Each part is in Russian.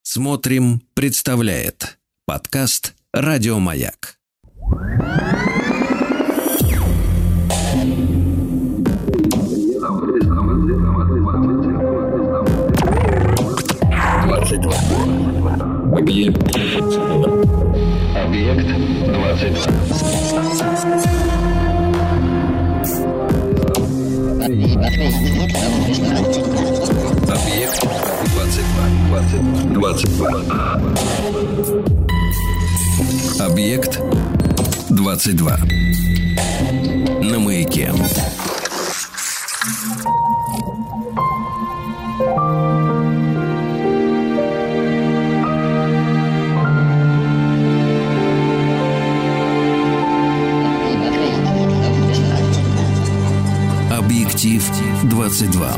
Смотрим, представляет подкаст «Радио Маяк». Объект 22. Объект 22. На Маяке. Объектив 22.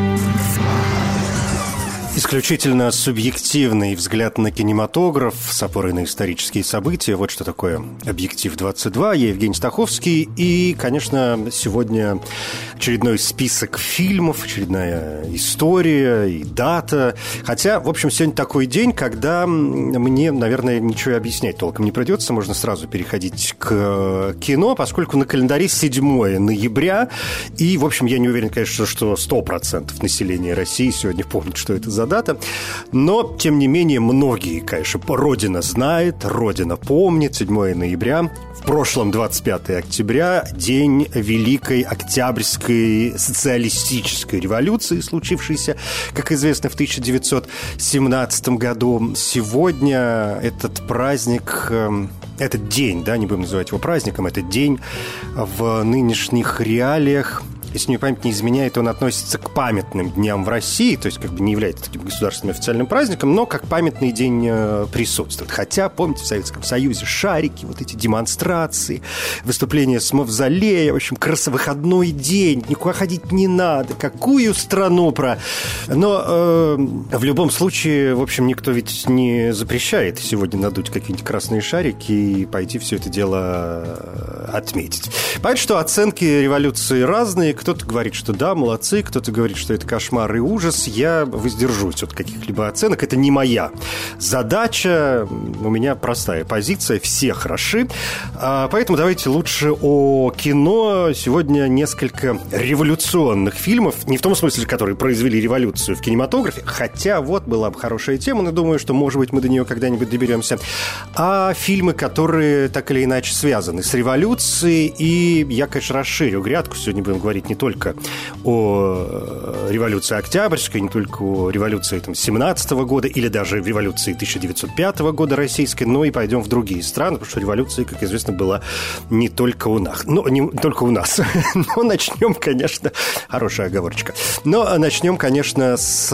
Исключительно субъективный взгляд на кинематограф с опорой на исторические события. Вот что такое «Объектив 22». Я Евгений Стаховский. И, конечно, сегодня очередной список фильмов, очередная история и дата. Хотя, в общем, сегодня такой день, когда мне, наверное, ничего объяснять толком не придется. Можно сразу переходить к кино, поскольку на календаре 7 ноября. И, в общем, я не уверен, конечно, что 100% населения России сегодня помнит, что это за дата. Но, тем не менее, многие, конечно, Родина знает, Родина помнит. 7 ноября, в прошлом 25 октября, день Великой Октябрьской социалистической революции, случившейся, как известно, в 1917 году. Сегодня этот праздник, этот день, да, не будем называть его праздником, этот день в нынешних реалиях, если мне память не изменяет, он относится к памятным дням в России, то есть как бы не является таким государственным официальным праздником, но как памятный день присутствует. Хотя, помните, в Советском Союзе шарики, вот эти демонстрации, выступления с мавзолея, в общем, выходной день, никуда ходить не надо, какую страну про... Но в любом случае, в общем, никто ведь не запрещает сегодня надуть какие-нибудь красные шарики и пойти все это дело отметить. Понятно, что оценки революции разные. Кто-то говорит, что да, молодцы, кто-то говорит, что это кошмар и ужас. Я воздержусь от каких-либо оценок. Это не моя задача. У меня простая позиция. Все хороши. Поэтому давайте лучше о кино. Сегодня несколько революционных фильмов. Не в том смысле, которые произвели революцию в кинематографе. Хотя вот была бы хорошая тема, но думаю, что, может быть, мы до нее когда-нибудь доберемся. А фильмы, которые так или иначе связаны с революцией. И я, конечно, расширю грядку. Сегодня будем говорить не только о революции Октябрьской, не только о революции 17 года или даже революции 1905 года российской, но и пойдем в другие страны, потому что революция, как известно, была не только у нас. Ну, не только у нас. Но начнем, конечно, хорошая оговорочка. Но начнем, конечно, с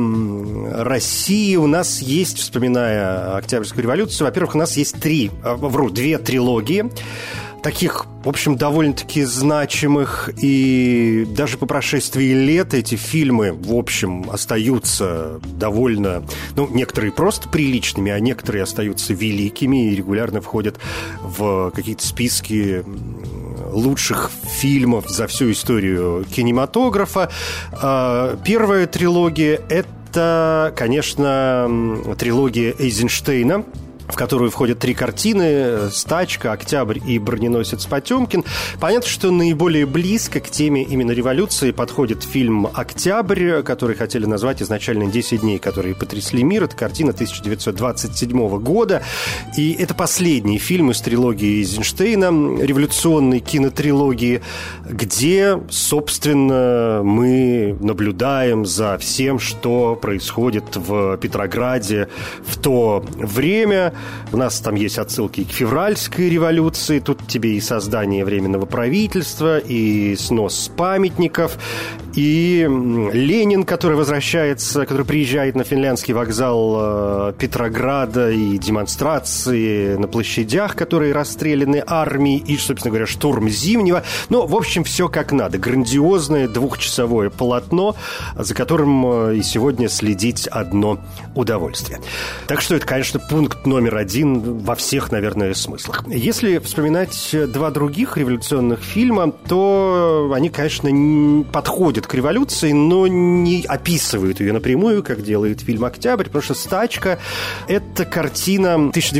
России. У нас есть, вспоминая Октябрьскую революцию, во-первых, у нас есть две трилогии, таких, в общем, довольно-таки значимых, и даже по прошествии лет эти фильмы, в общем, остаются довольно, некоторые просто приличными, а некоторые остаются великими и регулярно входят в какие-то списки лучших фильмов за всю историю кинематографа. Первая трилогия – это, конечно, трилогия Эйзенштейна, в которую входят 3 картины: «Стачка», «Октябрь» и «Броненосец Потемкин». Понятно, что наиболее близко к теме именно революции подходит фильм «Октябрь», который хотели назвать изначально «10 дней, которые потрясли мир». Это картина 1927 года. И это последний фильм из трилогии Эйзенштейна, революционной кинотрилогии, где, собственно, мы наблюдаем за всем, что происходит в Петрограде в то время. У нас там есть отсылки к февральской революции. Тут тебе и создание Временного правительства, и снос памятников, и Ленин, который возвращается, который приезжает на финляндский вокзал Петрограда, и демонстрации на площадях, которые расстреляны армией, и, собственно говоря, штурм Зимнего. В общем, все как надо. Грандиозное 2-часовое полотно, за которым и сегодня следить одно удовольствие. Так что это, конечно, пункт номер номер один во всех, наверное, смыслах. Если вспоминать два других революционных фильма, то они, конечно, подходят к революции, но не описывают ее напрямую, как делает фильм «Октябрь», потому что «Стачка» — это картина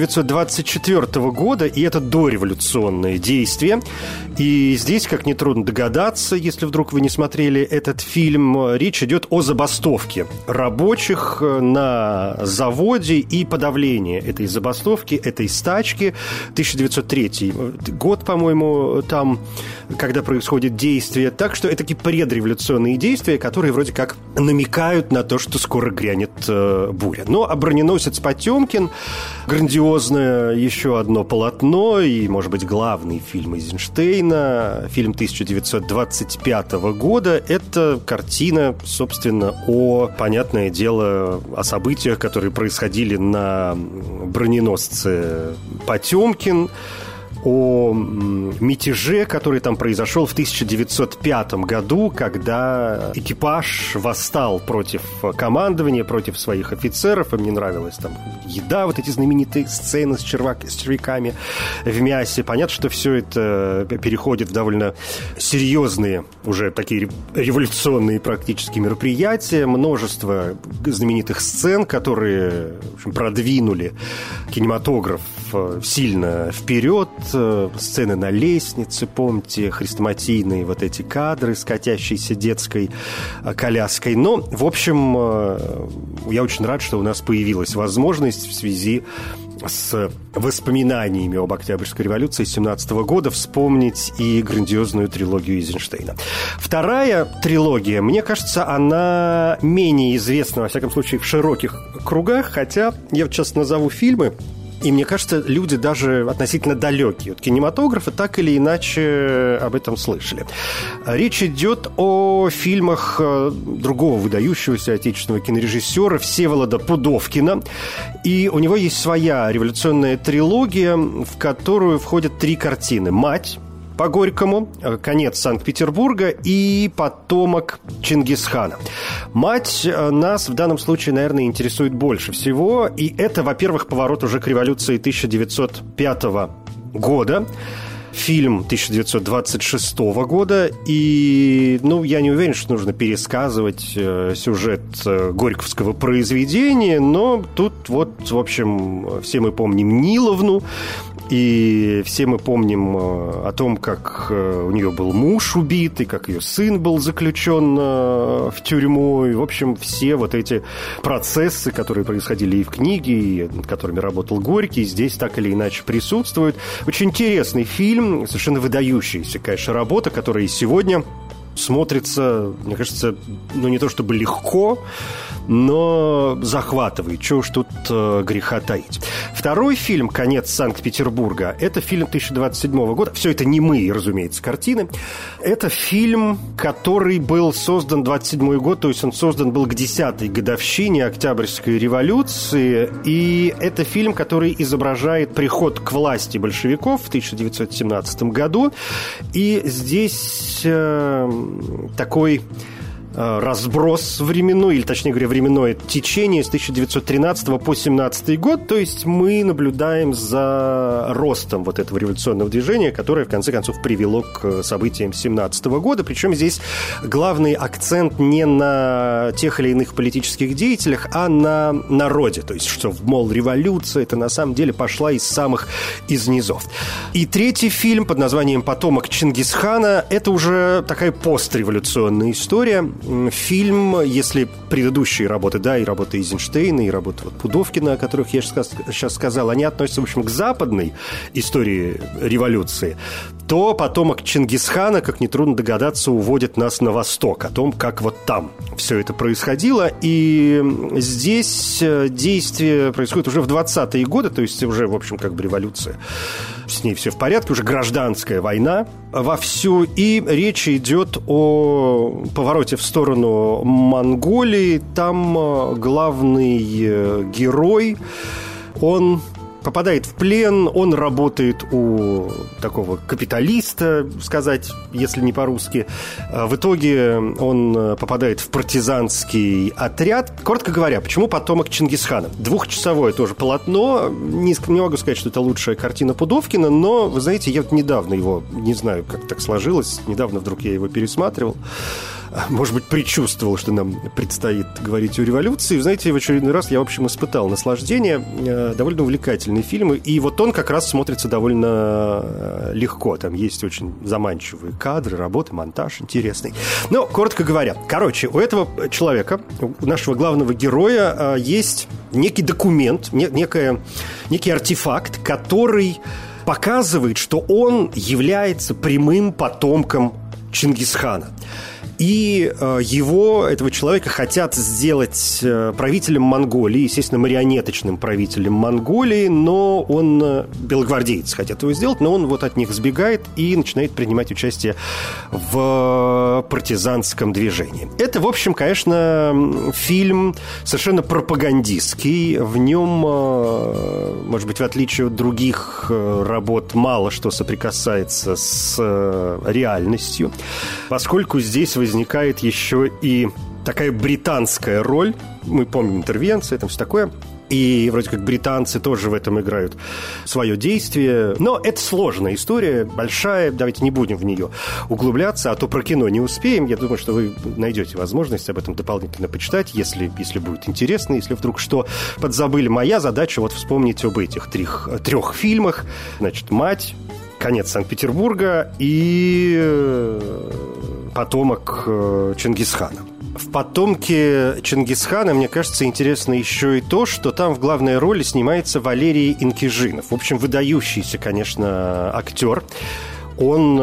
1924 года, и это дореволюционное действие. И здесь, как нетрудно догадаться, если вдруг вы не смотрели этот фильм, речь идет о забастовке рабочих на заводе и подавлении этой забастовки, этой стачки. 1903 год, по-моему, там, когда происходит действие. Так что это такие предреволюционные действия, которые вроде как намекают на то, что скоро грянет буря. Но а броненосец Потемкин, грандиозное еще одно полотно и, может быть, главный фильм Эйзенштейна, фильм 1925 года. Это картина, собственно, понятное дело, о событиях, которые происходили на броненосце Потемкин, о мятеже, который там произошел в 1905 году, когда экипаж восстал против командования, против своих офицеров. Им не нравилась там еда, вот эти знаменитые сцены с червяками в мясе. Понятно, что все это переходит в довольно серьезные, уже такие революционные практически мероприятия. Множество знаменитых сцен, которые, в общем, продвинули кинематограф сильно вперед. Сцены на лестнице, помните, хрестоматийные вот эти кадры с катящейся детской коляской. Но, в общем, я очень рад, что у нас появилась возможность в связи с воспоминаниями об Октябрьской революции 1917 года вспомнить и грандиозную трилогию Эйзенштейна. Вторая трилогия, мне кажется, она менее известна, во всяком случае, в широких кругах, хотя я вот сейчас назову фильмы, и мне кажется, люди даже относительно далекие от кинематографа так или иначе об этом слышали. Речь идет о фильмах другого выдающегося отечественного кинорежиссера Всеволода Пудовкина. И у него есть своя революционная трилогия, в которую входят 3 картины. «Мать» по Горькому, «Конец Санкт-Петербурга» и «Потомок Чингисхана». «Мать» нас в данном случае, наверное, интересует больше всего. И это, во-первых, поворот уже к революции 1905 года. Фильм 1926 года. И, я не уверен, что нужно пересказывать сюжет горьковского произведения, но тут вот, в общем, все мы помним Ниловну, и все мы помним о том, как у нее был муж убит, и как ее сын был заключен в тюрьму. И, в общем, все вот эти процессы, которые происходили и в книге, и над которыми работал Горький, здесь так или иначе присутствуют. Очень интересный фильм, совершенно выдающаяся, конечно, работа, которая и сегодня смотрится, мне кажется, не то чтобы легко, но захватывает. Чего уж тут греха таить. Второй фильм «Конец Санкт-Петербурга» – это фильм 2027 года. Все это немые, разумеется, картины. Это фильм, который был создан 27 год, то есть он создан был к 10-й годовщине Октябрьской революции. И это фильм, который изображает приход к власти большевиков в 1917 году. И здесь такой разброс временной, или, точнее говоря, временное течение с 1913 по 1917 год. То есть мы наблюдаем за ростом вот этого революционного движения, которое, в конце концов, привело к событиям 1917 года. Причем здесь главный акцент не на тех или иных политических деятелях, а на народе. То есть, что, мол, революция, это на самом деле пошла из низов. И третий фильм под названием «Потомок Чингисхана» – это уже такая постреволюционная история. Фильм, если предыдущие работы, и работы Эйзенштейна, и работы Пудовкина, о которых я сейчас сказал, они относятся, в общем, к западной истории революции, то «Потомок Чингисхана», как нетрудно догадаться, уводит нас на восток, о том, как вот там все это происходило. И здесь действие происходит уже в 20-е годы, то есть уже, в общем, как бы революция. С ней все в порядке, уже гражданская война вовсю. И речь идет о повороте в сторону Монголии. Там главный герой, он попадает в плен, он работает у такого капиталиста, сказать, если не по-русски. В итоге он попадает в партизанский отряд. Коротко говоря, почему потомок Чингисхана? Двухчасовое тоже полотно. Не могу сказать, что это лучшая картина Пудовкина, но, вы знаете, я недавно его, не знаю, как так сложилось, недавно вдруг я его пересматривал. Может быть, предчувствовал, что нам предстоит говорить о революции. Знаете, в очередной раз я, в общем, испытал наслаждение. Довольно увлекательные фильмы. И вот он как раз смотрится довольно легко. Там есть очень заманчивые кадры, работы, монтаж интересный. Но, коротко говоря, у этого человека, у нашего главного героя, есть некий документ, некий артефакт, который показывает, что он является прямым потомком Чингисхана. И этого человека хотят сделать правителем Монголии, естественно, марионеточным правителем Монголии, но он, белогвардейцы хотят его сделать, но он вот от них сбегает и начинает принимать участие в партизанском движении. Это, в общем, конечно, фильм совершенно пропагандистский. В нем, может быть, в отличие от других работ, мало что соприкасается с реальностью, поскольку здесь возникает еще и такая британская роль. Мы помним интервенции, там все такое. И вроде как британцы тоже в этом играют свое действие. Но это сложная история, большая. Давайте не будем в нее углубляться, а то про кино не успеем. Я думаю, что вы найдете возможность об этом дополнительно почитать, если будет интересно, если вдруг что подзабыли. Моя задача вот вспомнить об этих трех фильмах. Значит, «Мать», «Конец Санкт-Петербурга» и «Потомок Чингисхана». В «Потомке Чингисхана», мне кажется, интересно еще и то, что там в главной роли снимается Валерий Инкижинов. В общем, выдающийся, конечно, актер. Он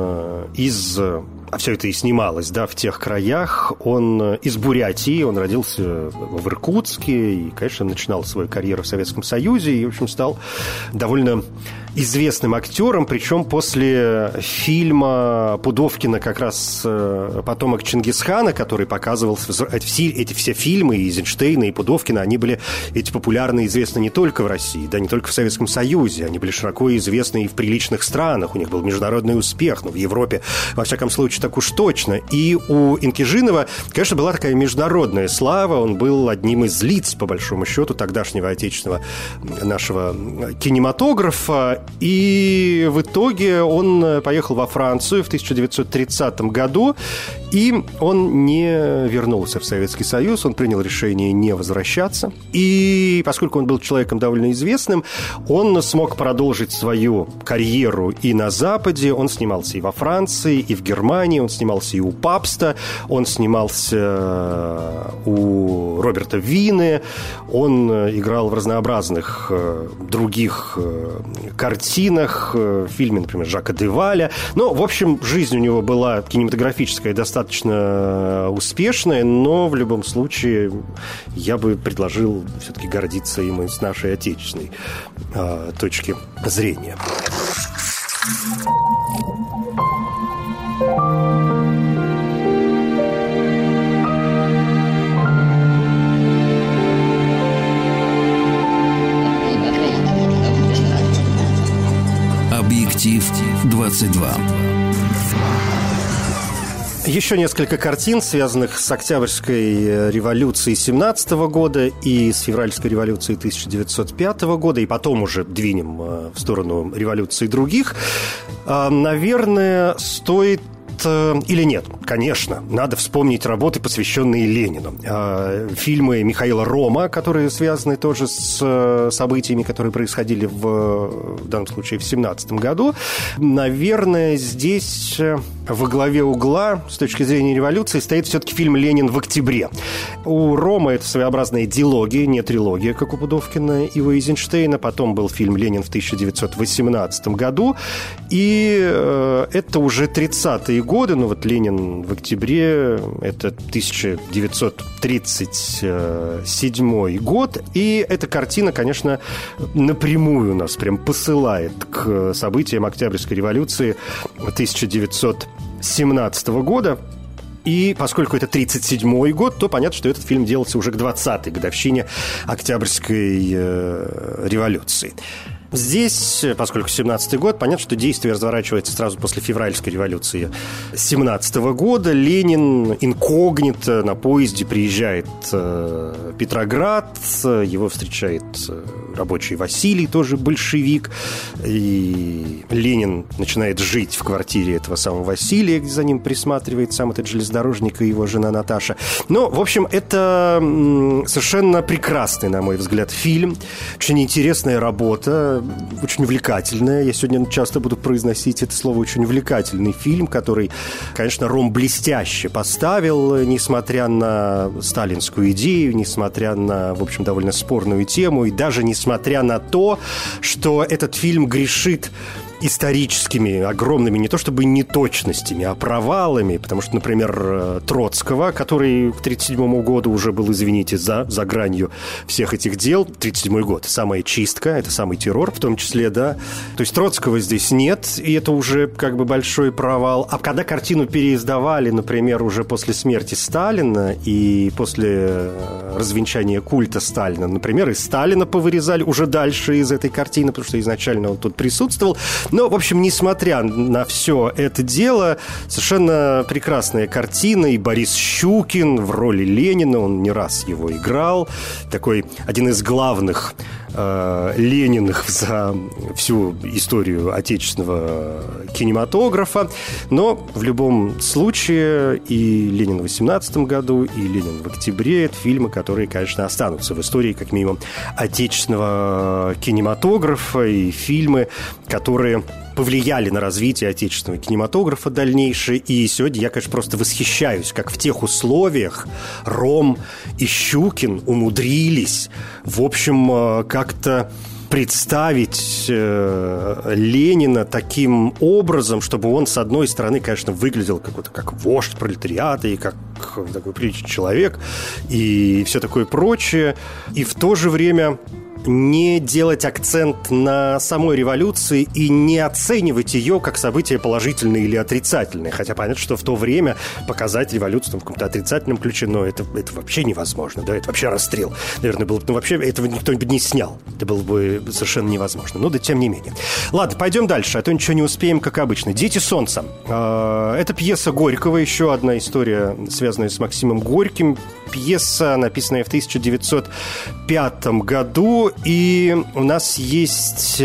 все это и снималось, да, в тех краях. Он из Бурятии, он родился в Иркутске и, конечно, начинал свою карьеру в Советском Союзе и, в общем, стал довольно известным актером, причем после фильма Пудовкина как раз «Потомок Чингисхана», который показывал эти все фильмы, и Эйзенштейна, и Пудовкина, они были популярны и известны не только в России, да, не только в Советском Союзе, они были широко известны и в приличных странах, у них был международный успех, но в Европе, во всяком случае, так уж точно. И у Инкижинова, конечно, была такая международная слава, он был одним из лиц, по большому счету, тогдашнего отечественного нашего кинематографа. И в итоге он поехал во Францию в 1930 году, и он не вернулся в Советский Союз, он принял решение не возвращаться. И поскольку он был человеком довольно известным, он смог продолжить свою карьеру и на Западе. Он снимался и во Франции, и в Германии, он снимался и у Папста, он снимался у Роберта Вине, он играл в разнообразных других картинах, в фильме, например, Жака Деваля. Но, в общем, жизнь у него была кинематографическая достаточно успешная, но в любом случае я бы предложил все-таки гордиться им и с нашей отечественной точки зрения. Объектив 22. Еще несколько картин, связанных с Октябрьской революцией 17 года и с Февральской революцией 1905 года, и потом уже двинем в сторону революций других. Наверное, стоит или нет? Конечно, надо вспомнить работы, посвященные Ленину. Фильмы Михаила Рома, которые связаны тоже с событиями, которые происходили в данном случае в 17 году. Наверное, здесь во главе угла с точки зрения революции стоит все-таки фильм «Ленин в октябре». У Рома это своеобразная дилогия, не трилогия, как у Пудовкина и у Эйзенштейна. Потом был фильм «Ленин» в 1918 году. И это уже 30-е годы. Ну вот «Ленин в октябре» — это 1937 год. И эта картина, конечно, напрямую нас прям посылает к событиям Октябрьской революции 1917 года. И поскольку это 1937 год, то понятно, что этот фильм делался уже к 20-й годовщине Октябрьской революции. Здесь, поскольку 17-й год, понятно, что действие разворачивается сразу после февральской революции 17-го года. Ленин инкогнито на поезде приезжает в Петроград. Его встречает рабочий Василий, тоже большевик. И Ленин начинает жить в квартире этого самого Василия, где за ним присматривает сам этот железнодорожник и его жена Наташа. Но, в общем, это совершенно прекрасный, на мой взгляд, фильм. Очень интересная работа. Очень увлекательная. Я сегодня часто буду произносить это слово. Очень увлекательный фильм, который, конечно, Ром блестяще поставил, несмотря на сталинскую идею, несмотря на, в общем, довольно спорную тему, и даже несмотря на то, что этот фильм грешит историческими, огромными, не то чтобы неточностями, а провалами, потому что, например, Троцкого, который к 1937 году уже был, извините, за гранью всех этих дел, 1937 год, самая чистка, это самый террор в том числе, да, то есть Троцкого здесь нет, и это уже как бы большой провал. А когда картину переиздавали, например, уже после смерти Сталина и после развенчания культа Сталина, например, и Сталина повырезали уже дальше из этой картины, потому что изначально он тут присутствовал. Но, в общем, несмотря на все это дело, совершенно прекрасная картина. И Борис Щукин в роли Ленина, он не раз его играл. Такой один из главных Лениных за всю историю отечественного кинематографа. Но в любом случае и «Ленин» в 18 году, и «Ленин» в октябре — это фильмы, которые, конечно, останутся в истории, как минимум, отечественного кинематографа, и фильмы, которые повлияли на развитие отечественного кинематографа дальнейшее. И сегодня я, конечно, просто восхищаюсь, как в тех условиях Ром и Щукин умудрились, в общем, как-то представить Ленина таким образом, чтобы он, с одной стороны, конечно, выглядел как вождь пролетариата и как такой приличный человек и все такое прочее, и в то же время не делать акцент на самой революции и не оценивать ее как событие положительное или отрицательное. Хотя понятно, что в то время показать революцию в каком-то отрицательном ключе, но это вообще невозможно. Да? Это вообще расстрел. Наверное, было бы... вообще этого никто не снял. Это было бы совершенно невозможно. Но да тем не менее. Ладно, пойдем дальше, а то ничего не успеем, как обычно. «Дети солнца». Это пьеса Горького, еще одна история, связанная с Максимом Горьким. Пьеса, написанная в 1905 году. И у нас есть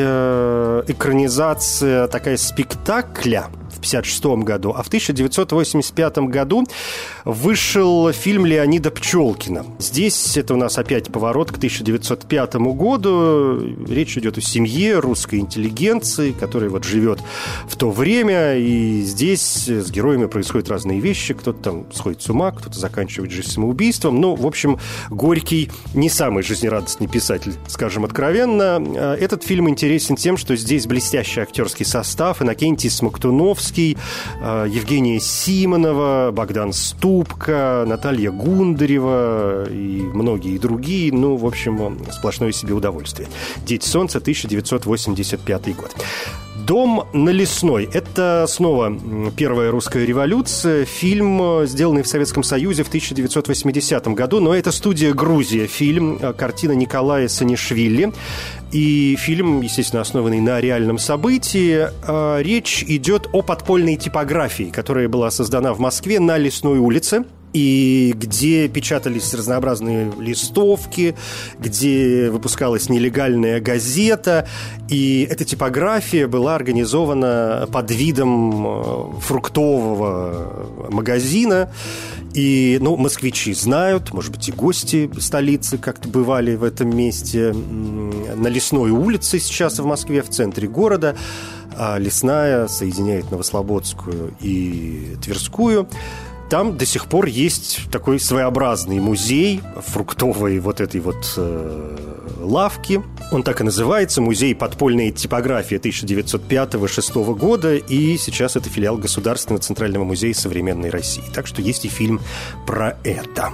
экранизация такая спектакля в 1956 году, а в 1985 году вышел фильм Леонида Пчелкина. Здесь это у нас опять поворот к 1905 году. Речь идет о семье русской интеллигенции, которая вот живет в то время, и здесь с героями происходят разные вещи. Кто-то там сходит с ума, кто-то заканчивает жизнь самоубийством. Ну, в общем, Горький не самый жизнерадостный писатель, скажем откровенно. Этот фильм интересен тем, что здесь блестящий актерский состав: Иннокентий Смоктуновский, Евгения Симонова, Богдан Ступка, Наталья Гундарева и многие другие. Ну, в общем, сплошное себе удовольствие. «Дети солнца», 1985 год. «Дом на Лесной» — это снова первая русская революция. Фильм, сделанный в Советском Союзе в 1980 году, но это студия «Грузия» фильм, картина Николая Санишвили. И фильм, естественно, основанный на реальном событии. Речь идет о подпольной типографии, которая была создана в Москве на Лесной улице, и где печатались разнообразные листовки, где выпускалась нелегальная газета. И эта типография была организована под видом фруктового магазина. И, ну, москвичи знают, может быть, и гости столицы как-то бывали в этом месте. На Лесной улице сейчас в Москве, в центре города. А Лесная соединяет Новослободскую и Тверскую. Там до сих пор есть такой своеобразный музей фруктовой вот этой вот лавки. Он так и называется — «Музей подпольной типографии» 1905-1906 года. И сейчас это филиал Государственного Центрального музея современной России. Так что есть и фильм про это.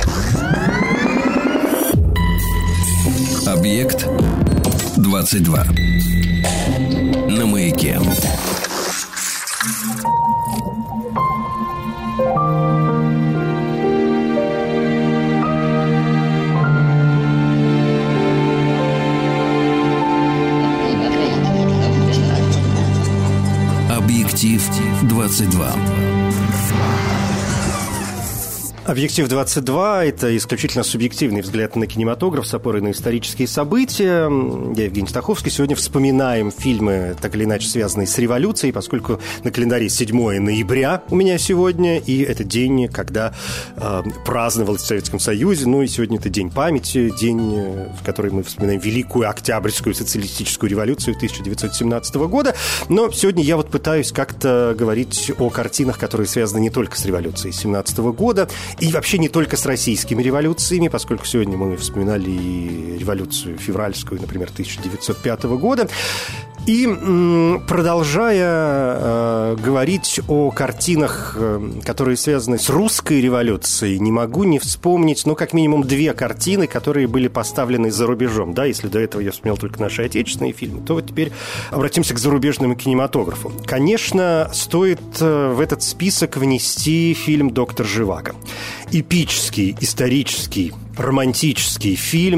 Объект 22. На Маяке. Объектив 22. «Объектив 22» — это исключительно субъективный взгляд на кинематограф с опорой на исторические события. Я Евгений Стаховский. Сегодня вспоминаем фильмы, так или иначе связанные с революцией, поскольку на календаре 7 ноября у меня сегодня, и это день, когда праздновалось в Советском Союзе. Ну и сегодня это день памяти, день, в который мы вспоминаем Великую Октябрьскую социалистическую революцию 1917 года. Но сегодня я пытаюсь как-то говорить о картинах, которые связаны не только с революцией 17 года, и вообще не только с российскими революциями, поскольку сегодня мы вспоминали и революцию февральскую, например, 1905 года. И продолжая говорить о картинах, которые связаны с русской революцией, не могу не вспомнить, как минимум 2 картины, которые были поставлены за рубежом. Да, если до этого я вспоминал только наши отечественные фильмы, то теперь обратимся к зарубежному кинематографу. Конечно, стоит в этот список внести фильм «Доктор Живаго». Эпический, исторический, романтический фильм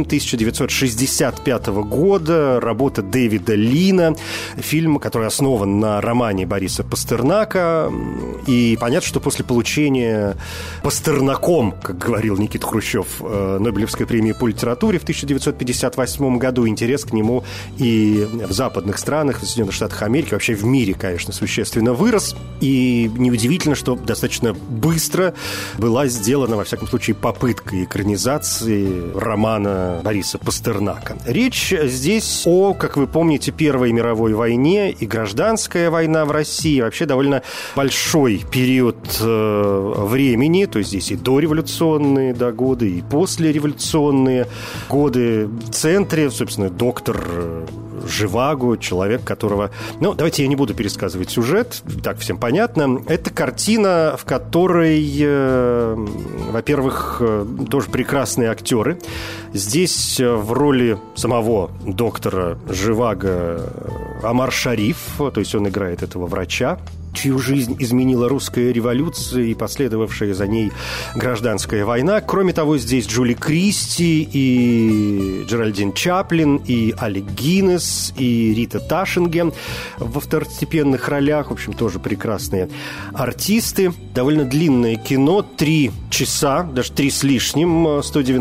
1965 года, работа Дэвида Лина, фильм, который основан на романе Бориса Пастернака. И понятно, что после получения Пастернаком, как говорил Никита Хрущев, Нобелевской премии по литературе в 1958 году, интерес к нему и в западных странах, в Соединенных Штатах Америки, вообще в мире, конечно, существенно вырос. И неудивительно, что достаточно быстро была сделана, во всяком случае, попытка экранизации романа Бориса Пастернака. Речь здесь о, как вы помните, Первой мировой войне и гражданская война в России. Вообще довольно большой период времени, то есть здесь и дореволюционные годы, и послереволюционные годы. В центре, собственно, доктор Живаго, человек, которого... давайте я не буду пересказывать сюжет, так всем понятно. Это картина, в которой, во-первых, тоже прекрасные актеры. Здесь в роли самого доктора Живаго Омар Шариф, то есть он играет этого врача, чью жизнь изменила русская революция и последовавшая за ней гражданская война. Кроме того, здесь Джули Кристи и Джеральдин Чаплин, и Алек Гиннес, и Рита Ташингем во второстепенных ролях. В общем, тоже прекрасные артисты. Довольно длинное кино, 3 часа, даже 3 с лишним,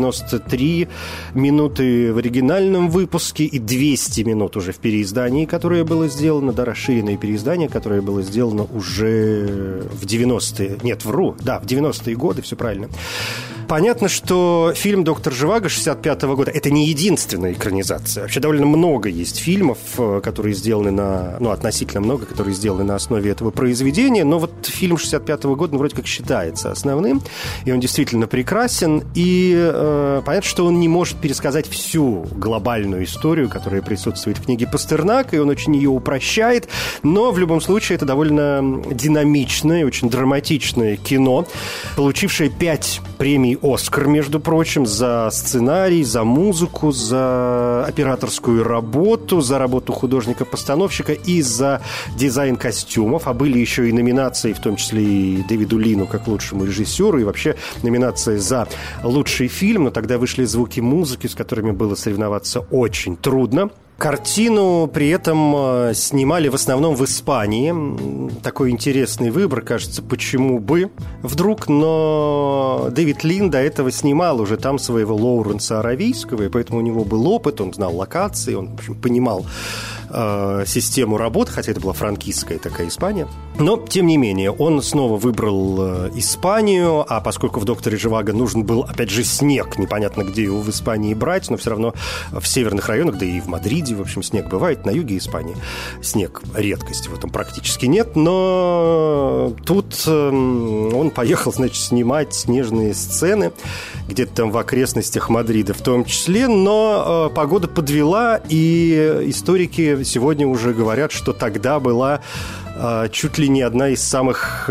193 минуты в оригинальном выпуске и 200 минут уже в переиздании, которое было сделано, расширенное переиздание, которое было сделано уже в 90-е... Нет, вру. Да, в 90-е годы, все правильно. Понятно, что фильм «Доктор Живаго» 65-го года – это не единственная экранизация. Вообще довольно много есть фильмов, которые сделаны на... относительно много, которые сделаны на основе этого произведения. Но фильм 65-го года, вроде как считается основным. И он действительно прекрасен. И понятно, что он не может пересказать всю глобальную историю, которая присутствует в книге Пастернака. И он очень ее упрощает. Но в любом случае это довольно динамичное, очень драматичное кино, получившее 5 премий «Оскар», между прочим, за сценарий, за музыку, за операторскую работу, за работу художника-постановщика и за дизайн костюмов. А были еще и номинации, в том числе и Дэвиду Лину как лучшему режиссеру, и вообще номинация за лучший фильм. Но тогда вышли звуки музыки, с которыми было соревноваться очень трудно. Картину при этом снимали в основном в Испании. Такой интересный выбор, кажется, почему бы вдруг, но Дэвид Лин до этого снимал уже там своего Лоуренса Аравийского, и поэтому у него был опыт, он знал локации, он, в общем, понимал систему работы, хотя это была франкистская такая Испания. Но, тем не менее, он снова выбрал Испанию, а поскольку в «Докторе Живаго» нужен был, опять же, снег, непонятно, где его в Испании брать, но все равно в северных районах, да и в Мадриде, в общем, снег бывает, на юге Испании снег редкость, в этом практически нет, но тут он поехал, значит, снимать снежные сцены где-то там в окрестностях Мадрида в том числе, но погода подвела, и историки сегодня уже говорят, что тогда была чуть ли не одна из самых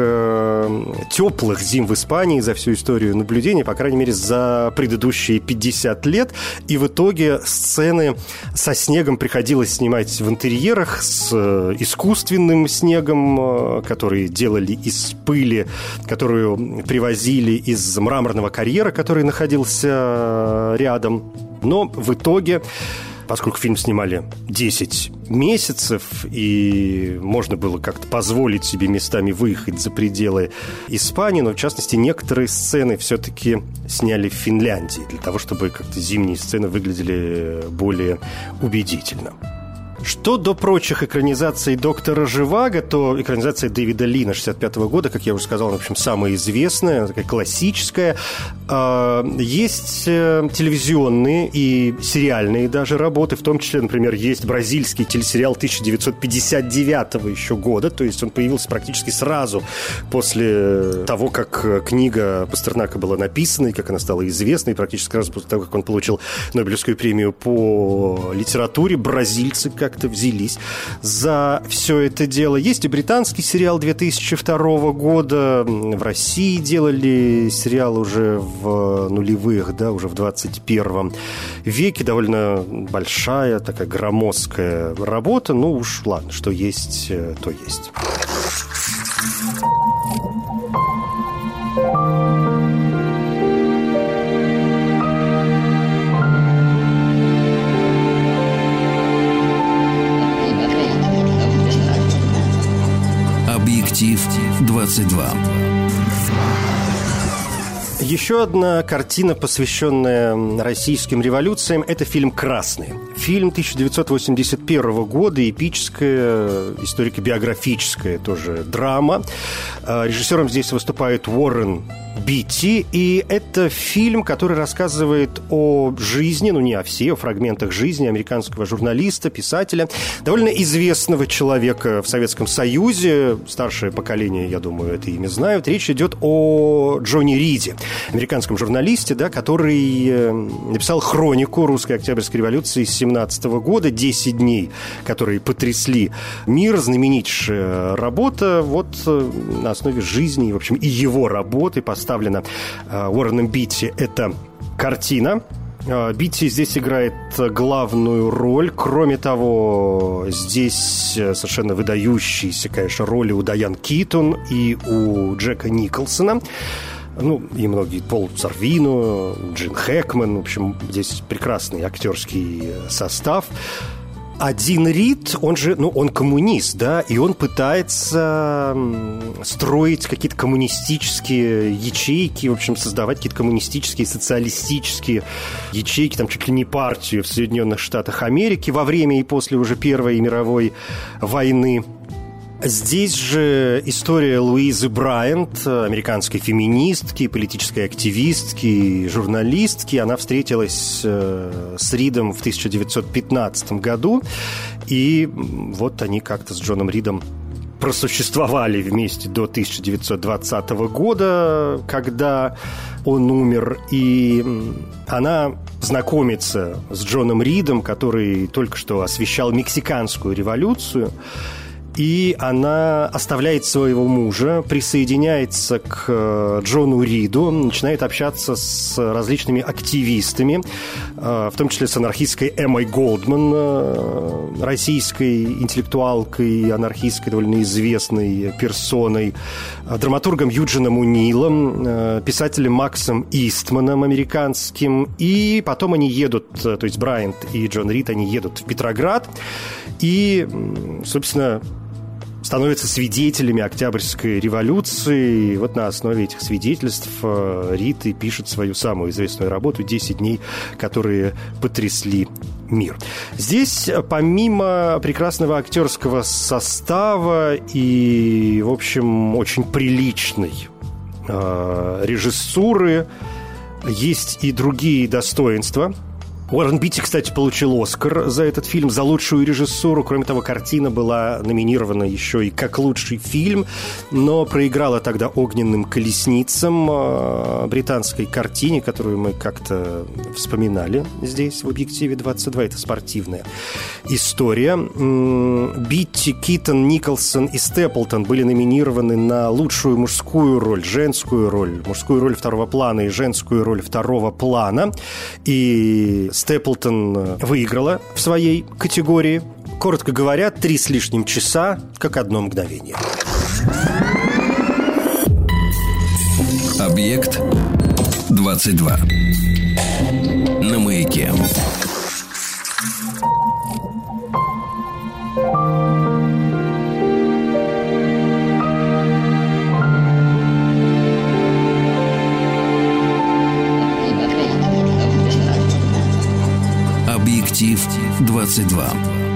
теплых зим в Испании за всю историю наблюдения, по крайней мере, за предыдущие 50 лет. И в итоге сцены со снегом приходилось снимать в интерьерах, с искусственным снегом, который делали из пыли, которую привозили из мраморного карьера, который находился рядом. Но в итоге поскольку фильм снимали 10 месяцев, и можно было как-то позволить себе местами выехать за пределы Испании, но, в частности, некоторые сцены все-таки сняли в Финляндии, для того, чтобы как-то зимние сцены выглядели более убедительно. Что до прочих экранизаций «Доктора Живаго», то экранизация Дэвида Лина 1965 года, как я уже сказал, в общем, самая известная, такая классическая. Есть телевизионные и сериальные даже работы, в том числе, например, есть бразильский телесериал 1959 еще года, то есть он появился практически сразу после того, как книга Пастернака была написана и как она стала известной, практически сразу после того, как он получил Нобелевскую премию по литературе. Бразильцы как-то взялись за все это дело. Есть и британский сериал 2002 года. В России делали сериал уже в нулевых, да, уже в 21 веке. Довольно большая, такая громоздкая работа. Ну уж ладно, что есть, то есть. Объектив 22. Еще одна картина, посвященная российским революциям, это фильм «Красный». Фильм 1981 года, эпическая, историко-биографическая тоже драма. Режиссером здесь выступает Уоррен Битти, и это фильм, который рассказывает о жизни, ну не о всей, о фрагментах жизни американского журналиста, писателя, довольно известного человека в Советском Союзе. Старшее поколение, я думаю, это имя знают. Речь идет о Джонни Риде, американском журналисте, да, который написал хронику русской Октябрьской революции с 1917 года, 10 дней, которые потрясли мир, знаменитейшая работа, вот на основе жизни, в общем, и его работы поставлена Уорреном Битти эта картина. Битти здесь играет главную роль. Кроме того, здесь совершенно выдающиеся, конечно, роли у Дайан Китон и у Джека Николсона. Ну, и многие, Пол Сорвино, Джин Хэкман. В общем, здесь прекрасный актерский состав. Один Рид, он же, ну, он коммунист, да, и он пытается строить какие-то коммунистические ячейки, в общем, создавать какие-то коммунистические, социалистические ячейки, там, чуть ли не партию в Соединенных Штатах Америки во время и после уже Первой мировой войны. Здесь же история Луизы Брайант, американской феминистки, политической активистки, журналистки. Она встретилась с Ридом в 1915 году, и вот они как-то с Джоном Ридом просуществовали вместе до 1920 года, когда он умер, и она знакомится с Джоном Ридом, который только что освещал Мексиканскую революцию. И она оставляет своего мужа, присоединяется к Джону Риду, начинает общаться с различными активистами, в том числе с анархисткой Эммой Голдман, российской интеллектуалкой, анархистской довольно известной персоной, драматургом Юджином Унилом, писателем Максом Истманом американским. И потом они едут, то есть Брайант и Джон Рид, они едут в Петроград и, собственно, становятся свидетелями Октябрьской революции. И вот на основе этих свидетельств Рид и пишет свою самую известную работу «10 дней, которые потрясли мир». Здесь, помимо прекрасного актерского состава и, в общем, очень приличной режиссуры, есть и другие достоинства. Уоррен Битти, кстати, получил «Оскар» за этот фильм, за лучшую режиссуру. Кроме того, картина была номинирована еще и как лучший фильм, но проиграла тогда «Огненным колесницам», британской картине, которую мы как-то вспоминали здесь, в «Объективе 22». Это спортивная история. Битти, Китон, Николсон и Степлтон были номинированы на лучшую мужскую роль, женскую роль, мужскую роль второго плана и женскую роль второго плана. И Степлтон выиграла в своей категории. Коротко говоря, 3 с лишним часа, как одно мгновение. Объект 22. На маяке. Объектив 22.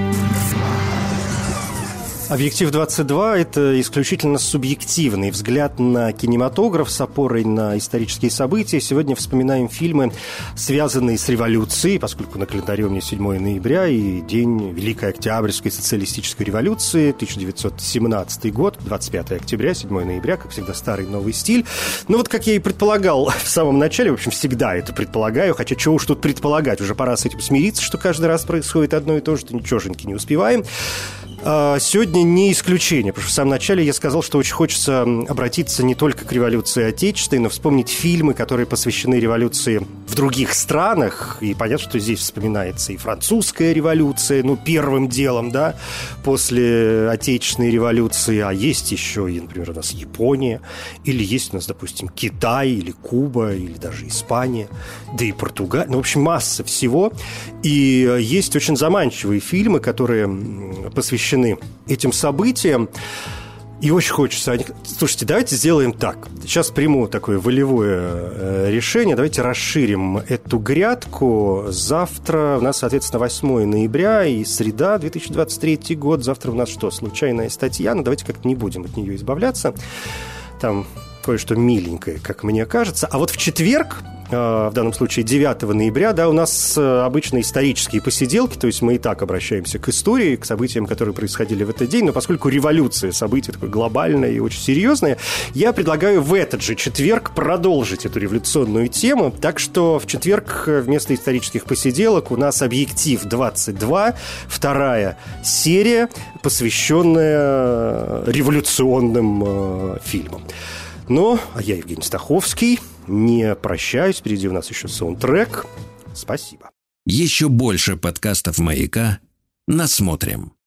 «Объектив 22» — это исключительно субъективный взгляд на кинематограф с опорой на исторические события. Сегодня вспоминаем фильмы, связанные с революцией, поскольку на календаре у меня 7 ноября и день Великой Октябрьской социалистической революции, 1917 год, 25 октября, 7 ноября, как всегда, старый новый стиль. Ну вот, как я и предполагал в самом начале, в общем, всегда это предполагаю, хотя чего уж тут предполагать, уже пора с этим смириться, что каждый раз происходит одно и то же, что ничегошеньки не успеваем. Сегодня не исключение, потому что в самом начале я сказал, что очень хочется обратиться не только к революции отечественной, но вспомнить фильмы, которые посвящены революции в других странах. И понятно, что здесь вспоминается и французская революция, ну, первым делом, да, после отечественной революции. А есть еще и, например, у нас Япония, или есть у нас, допустим, Китай, или Куба, или даже Испания, да и Португалия. Ну, в общем, масса всего. И есть очень заманчивые фильмы, которые посвящены этим событиям. И очень хочется... Слушайте, давайте сделаем так. Сейчас приму такое волевое решение. Давайте расширим эту грядку. Завтра у нас, соответственно, 8 ноября и среда, 2023 год. Завтра у нас что, случайная статья? Ну, давайте как-то не будем от нее избавляться. Там кое-что миленькое, как мне кажется. А вот в четверг, в данном случае 9 ноября, да, у нас обычно исторические посиделки, то есть мы и так обращаемся к истории, к событиям, которые происходили в этот день, но поскольку революция, событие такое глобальное и очень серьезное, я предлагаю в этот же четверг продолжить эту революционную тему, так что в четверг вместо исторических посиделок у нас «Объектив 22», вторая серия, посвященная революционным фильмам. Ну, а я, Евгений Стаховский, не прощаюсь. Впереди у нас еще саундтрек. Спасибо. Еще больше подкастов «Маяка» насмотрим.